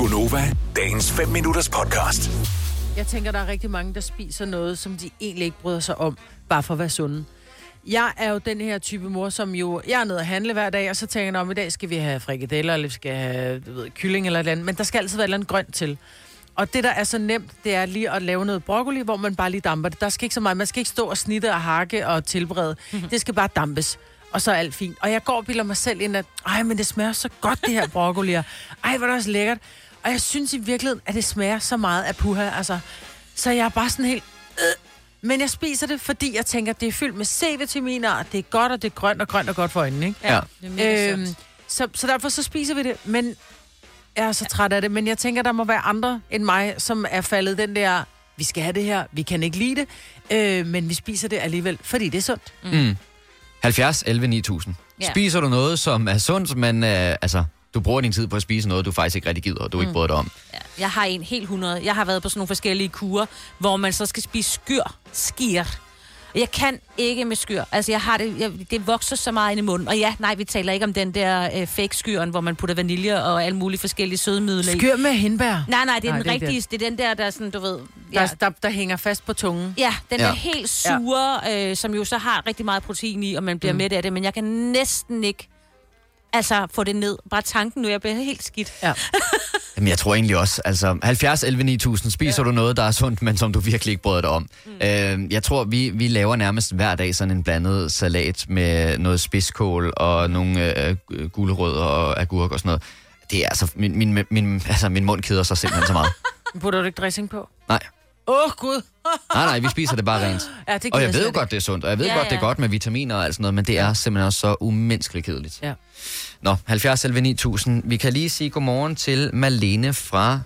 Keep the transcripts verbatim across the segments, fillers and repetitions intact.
Gonova, dagens fem minutters podcast. Jeg tænker, der er rigtig mange, der spiser noget, som de egentlig ikke bryder sig om, bare for at være sunde. Jeg er jo den her type mor, som jo... Jeg er nede at handle hver dag, og så tænker jeg, om i dag skal vi have frikadeller, eller vi skal have du ved, kylling eller et eller andet. Men der skal altid være et eller andet grønt til. Og det, der er så nemt, det er lige at lave noget broccoli, hvor man bare lige damper det. Der skal ikke så meget. Man skal ikke stå og snitte og hakke og tilberede. Mm-hmm. Det skal bare dampes. Og så er alt fint. Og jeg går og bilder mig selv ind, at ej, men det smager så godt, det her broccoli. Ej, hvor er det også lækkert. Og jeg synes i virkeligheden, at det smager så meget af puha. Altså, så jeg er bare sådan helt... Øh. Men jeg spiser det, fordi jeg tænker, at det er fyldt med C-vitaminer, og det er godt, og det er grønt, og grønt og godt for øjnene, ikke? Ja. ja. Øhm, så, så derfor så spiser vi det, men jeg er så træt af det. Men jeg tænker, der må være andre end mig, som er faldet den der, vi skal have det her, vi kan ikke lide det, øh, men vi spiser det alligevel, fordi det er sundt. Mm. Mm. halvfjerds elleve ni tusind. Ja. Spiser du noget, som er sundt, men øh, altså... Du bruger din tid på at spise noget, du faktisk ikke rigtig gider, og du mm. ikke bryder dig om. Ja, jeg har en helt hundrede. Jeg har været på sådan nogle forskellige kurer, hvor man så skal spise skyr, skir. Jeg kan ikke med skyr. Altså, jeg har det, jeg, det vokser så meget ind i munden. Og ja, nej, vi taler ikke om den der øh, fake-skyren, hvor man putter vanilje og alle mulige forskellige sødemidler i. Skyr med hindbær? Nej, nej, det er nej, den rigtige. Det er den der, der sådan, du ved... Ja. Der, der, der hænger fast på tungen. Ja, den ja. er helt sure, ja. øh, som jo så har rigtig meget protein i, og man bliver mm. mæt af det. Men jeg kan næsten ikke... Altså, få det ned. Bare tanken nu, jeg bliver helt skidt. Ja. Jamen, jeg tror egentlig også, altså, halvfjerds elleve ni tusind, spiser ja. du noget, der er sundt, men som du virkelig ikke bryder dig om. Mm. Øh, jeg tror, vi, vi laver nærmest hver dag sådan en blandet salat med noget spidskål og nogle øh, gulerødder og agurk og sådan noget. Det er altså, min, min, min, altså, min mund keder sig simpelthen så meget. Putter du ikke dressing på? Nej. Åh, oh, Gud. nej, nej, vi spiser det bare rent. Ja, det og jeg ved jo godt, det er sundt, og jeg ved ja, godt, ja. det er godt med vitaminer og alt sådan noget, men det er simpelthen også så umenneskeligt kedeligt. Ja. Nå, halvfjerds elleve ni tusind. Vi kan lige sige godmorgen til Malene fra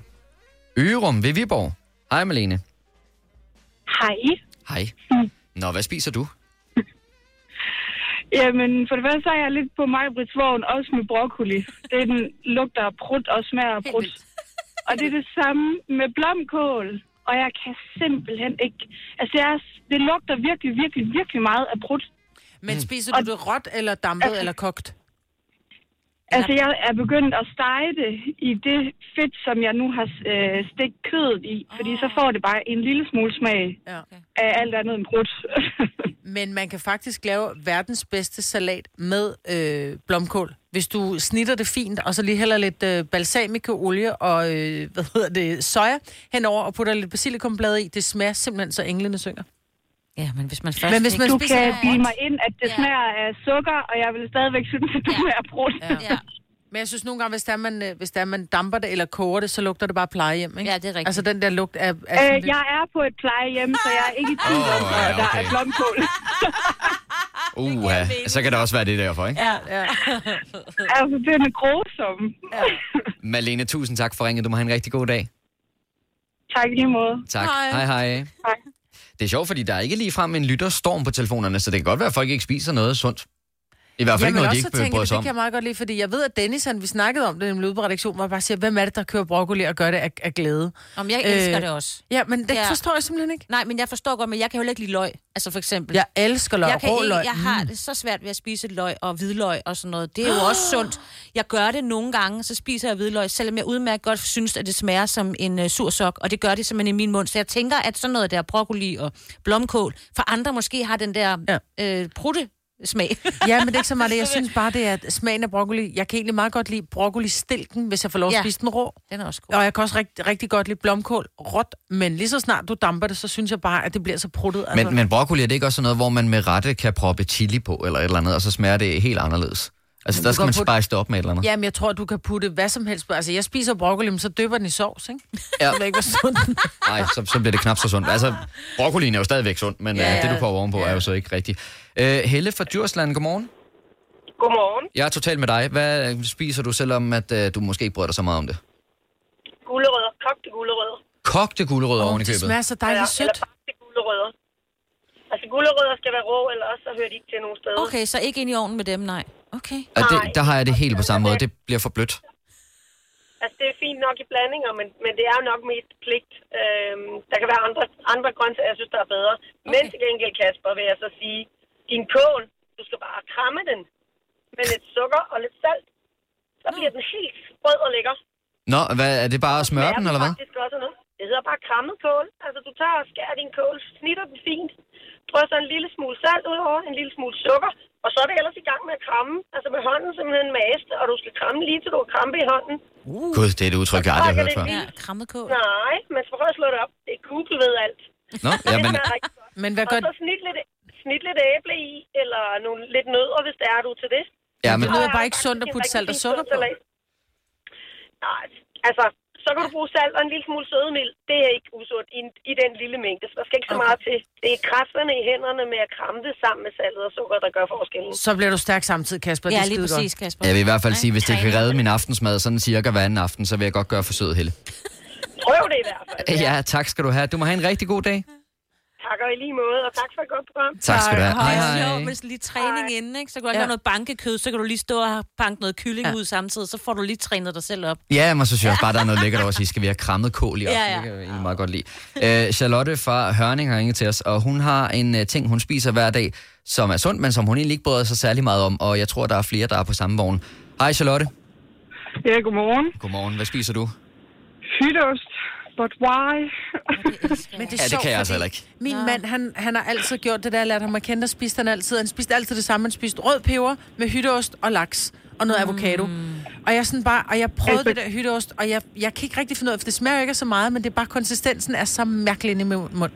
Ørum ved Viborg. Hej, Malene. Hej. Hej. Nå, hvad spiser du? Jamen, for det første så er jeg lidt på Maj-Brits vogn, også med broccoli. Den lugter af prut og smager af prut. Og det er det samme med blomkål. Og jeg kan simpelthen ikke... Altså, det, er, det lugter virkelig, virkelig, virkelig meget af prut. Men spiser du og, det råt, eller dampet, altså, eller kogt? Altså, jeg er begyndt at stege det i det fedt, som jeg nu har øh, stegt kødet i. Oh. Fordi så får det bare en lille smule smag ja. okay. af alt andet end prut. Men man kan faktisk lave verdens bedste salat med øh, blomkål. Hvis du snitter det fint, og så lige hælder lidt øh, balsamico-olie og øh, hvad hedder det, soja henover, og putter lidt basilikumblade i, det smager simpelthen så englene synger. Ja, men hvis man først men hvis man du spiser kan bilde mig ind, at det ja. smager af sukker, og jeg vil stadigvæk synes, at det smager af brud. Ja. Ja. Men jeg synes nogle gange, hvis der man, hvis der man damper det eller koger det, så lugter det bare plejehjem, ikke? Ja, det er rigtigt. Altså den der lugt af... af øh, jeg er på et plejehjem, så jeg er ikke i tvivl om, oh, ja, okay. der er blomkål. Uha, så kan det også være det derfor, ikke? Ja, ja. Altså, det er grusom. Ja. Malene, tusind tak for ringet. Du må have en rigtig god dag. Tak i lige måde. Tak. Hej, hej. Hej. Hej. Det er sjovt, fordi der er ikke ligefrem en lytterstorm på telefonerne, så det kan godt være, at folk ikke spiser noget sundt. I hvert fald ikke noget, de ikke bryder sig om. Det kan jeg meget godt lide, fordi jeg ved, at Dennis, han, vi snakkede om det i en lydredaktion, hvor jeg bare siger, hvem er det, der kører broccoli og gør det af, af glæde? Om jeg elsker øh, det også. Ja, men det ja. forstår jeg simpelthen ikke. Nej, men jeg forstår godt, men jeg kan jo ikke lide løg. Altså for eksempel. Jeg elsker løg, jeg rå løg. Jeg har det så svært ved at spise løg og hvidløg og sådan noget. Det er jo også sundt. Jeg gør det nogle gange, så spiser jeg hvidløg, selvom jeg udmærket godt synes, at det smager som en uh, sur sok, og det gør det simpelthen i min mund. Så jeg tænker, at sådan noget der broccoli og blomkål, for andre måske har den der ja. øh, prutte smag. Ja, men det er ikke så meget det. Jeg synes bare, det er smagen af broccoli. Jeg kan egentlig meget godt lide broccoli-stilken, hvis jeg får lov at ja. spise den rå. Den er også god. Og jeg kan også rigtig, rigtig godt lide blomkål råt, men lige så snart du damper det, så synes jeg bare, at det bliver så pruttet. Men, altså. men broccoli, er det ikke også sådan noget, hvor man med rette kan proppe chili på, eller et eller andet, og så smager det helt anderledes? Altså, der skal man putte... spice det op med et eller andet. Jamen, jeg tror, du kan putte hvad som helst på. Altså, jeg spiser broccoli, men så dypper den i sovs, ikke? Ja. Det er ikke var sundt. Nej, så, så bliver det knap så sundt. Altså, broccolien er jo stadigvæk sund, men ja, ja. det, du får ovenpå, ja. er jo så ikke rigtigt. Uh, Helle fra Djursland, godmorgen. Godmorgen. Jeg er totalt med dig. Hvad spiser du, selvom at, uh, du måske ikke bryder dig så meget om det? Gulerødder. Kogte gulerødder. Kogte gulerødder oh, oven i købet? Det smager så dejligt ja, sødt. Eller bagte gulerødder. Altså, gulerødder skal være rå, eller også så hører de ikke til nogen steder. Okay, så ikke ind i ovnen med dem, nej. Okay. Og det, der har jeg det helt på samme måde. Det bliver for blødt. Altså, det er fint nok i blandinger, men, men det er jo nok mest pligt. Øhm, der kan være andre, andre grøntsager, jeg synes, der er bedre. Okay. Men til gengæld, Kasper, vil jeg så sige, din kål, du skal bare kramme den med lidt sukker og lidt salt. Så bliver den helt sprød og lækker. Nå, hvad, er det bare at smøre den, eller hvad? Faktisk også noget. Det hedder bare krammet kål. Altså, du tager og skærer din kål, snitter den fint, drysser en lille smule salt ud over, en lille smule sukker, og så er det ellers i gang med at kramme. Altså med hånden simpelthen maste, og du skal kramme lige til du har krampe i hånden. Uh. Gud, det er et udtryk, jeg aldrig har hørt før. Ja, krammet kål. Nej, men så prøv at slå det op. Det er Google ved alt. Nå, ja, men... Men hvad gør... Og så snit lidt, snit lidt æble i, eller nogle, lidt nødder, hvis det er du til det. Ja, men... Det lyder bare ikke sundt at putte salt og sukker på. Nej, altså, så kan du bruge salt og en lille smule sødemild. Det er ikke usundt i, i den lille mængde. Så der skal ikke så meget til. Det er kræfterne i hænderne med at kramme det sammen med saltet og sukker, der gør forskellen. Så bliver du stærk samtidig, Kasper. Ja, det er lige skide præcis, godt. Kasper. Jeg vil i hvert fald sige, hvis det kan redde min aftensmad sådan cirka hver anden aften, så vil jeg godt gøre forsøget, Helle. Prøv det i hvert fald. Ja, tak skal du have. Du må have en rigtig god dag. Tak og i lige måde, og tak for et godt program. Tak skal du have. Hej, Det er hej. sjovt, hvis lige træning Hej. inden, ikke? Så kan du også Ja. have noget bankekød, så kan du lige stå og banke noget kylling Ja. ud samtidig, så får du lige trænet dig selv op. Ja, men så synes jeg også bare, der er noget lækkert over at sige, skal vi have krammet kål i aften? Ja, ja. Det kan jeg egentlig meget godt lide. Uh, Charlotte fra Hørning har ringet til os, og hun har en uh, ting, hun spiser hver dag, som er sundt, men som hun egentlig ikke bryder sig særlig meget om, og jeg tror, der er flere, der er på samme vogn. Hej Charlotte. Ja, godmorgen. Godmorgen. Hvad spiser du? Hytteost. But why? Men det er Ja, det sjovt, kan jeg altså fordi heller ikke. Min mand, han, han har altid gjort det der, lært ham at kende, der spiste han altid. Han spiste altid det samme. Han spiste rød peber med hytteost og laks og noget mm. avocado. Og jeg sådan bare, og jeg prøvede Altså- det der hytteost, og jeg, jeg kan ikke rigtig finde ud af, for det smager jo ikke så meget, men det er bare konsistensen er så mærkelig inde i min mund.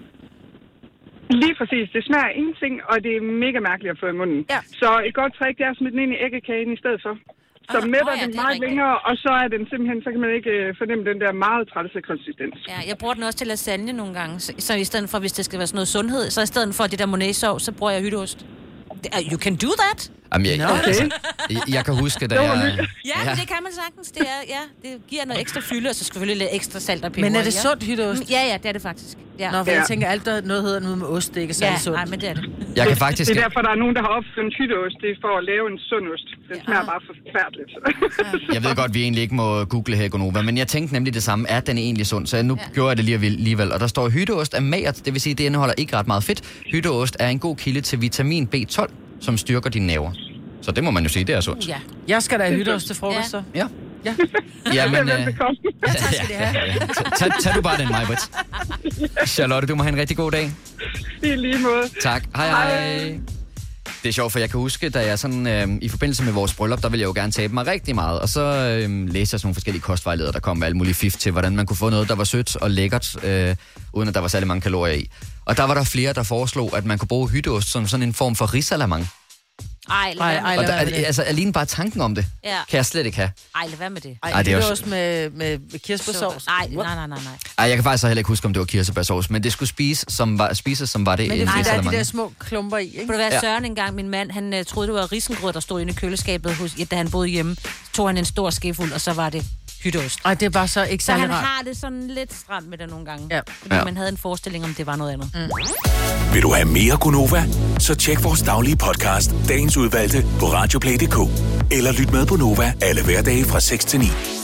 Lige præcis. Det smager ingenting, og det er mega mærkeligt at få i munden. Ja. Så et godt trick, det er at smide den ind i æggekagen i stedet for. Så Ah, mætter åh ja, den det er meget rigtigt. længere, og så er den simpelthen, så kan man ikke øh, fornemme den der meget trælse konsistens. Ja, jeg bruger den også til lasagne nogle gange, så, så i stedet for, hvis det skal være sådan noget sundhed, så i stedet for det der monæsovs, så bruger jeg hytteost. Det er- You can do that? Jamen, jeg, Nå, altså, jeg, jeg kan huske, da jeg... Ja, ja. Det kan man sagtens. Det, er, ja, det giver noget ekstra fylde, og så selvfølgelig lidt ekstra salt og peber. Men er det ja. sundt hytteost? Mm, Ja, ja, det er det faktisk. Ja. Nå, for Ja. jeg tænker, alt der noget hedder noget med ost, det er ikke særlig ja, sundt. nej, men det er det. Jeg kan faktisk... Det er derfor, der er nogen, der har opfundet hytteost. Det er for at lave en sund ost. Den smager bare forfærdeligt. Jeg ved godt, vi egentlig ikke må google her, Gonova, men jeg tænkte nemlig det samme. Er den egentlig sund? Så nu ja. gjorde jeg det lige alligevel. Og der står, hytteost er magert, det vil sige, det indeholder ikke ret meget fedt. Hytteost er en god kilde til vitamin B tolv, som styrker dine nerver. Så det må man jo sige, det er sundt. Ja. Jeg skal da have hytteost til frokost, Ja. så. Ja. Ja. Ja, men... øh, Velbekomme. Ja, tak skal det have. ja. Tag, tag du bare den, Majbrit. Charlotte, du må have en rigtig god dag. I lige måde. Tak. Hej, hej. Det er sjovt, for jeg kan huske, da jeg sådan, øh, i forbindelse med vores bryllup, der ville jeg jo gerne tabe mig rigtig meget. Og så øh, læste jeg sådan nogle forskellige kostvejledere, der kom med alle mulige fif til, hvordan man kunne få noget, der var sødt og lækkert, øh, uden at der var særlig mange kalorier i. Og der var der flere, der foreslog, at man kunne bruge hytteost som sådan en form for risalamang. Ej, lad Ej, være med ej, Og lad der, være med det. altså, alene bare tanken om det, Ja. kan jeg slet ikke have. Ej, lad være med det. Ej, Ej, det er også- hytteost med, med kirsebærsovs. Nej, nej, nej, nej, nej. Ej, jeg kan faktisk så heller ikke huske, om det var kirsebærsovs, men det skulle spise, som var, spises, som var det Men det en er fordi, der er de risalamang. der små klumper i, ikke? Vil du være Ja. Søren engang, min mand, han uh, troede, det var risengrød, der stod inde i køleskabet, hos, da han boede hjemme. Så tog han en stor skefuld, og så var det hytteost. Ej, det er bare så ikke Så særlig han rart. har det sådan lidt stramt med det nogle gange. Ja. Fordi Ja. man havde en forestilling om, det var noget andet. Mm. Vil du have mere Gonova? Så tjek vores daglige podcast, dagens udvalgte, på radioplay punktum d k. Eller lyt med på Nova alle hverdage fra seks til ni.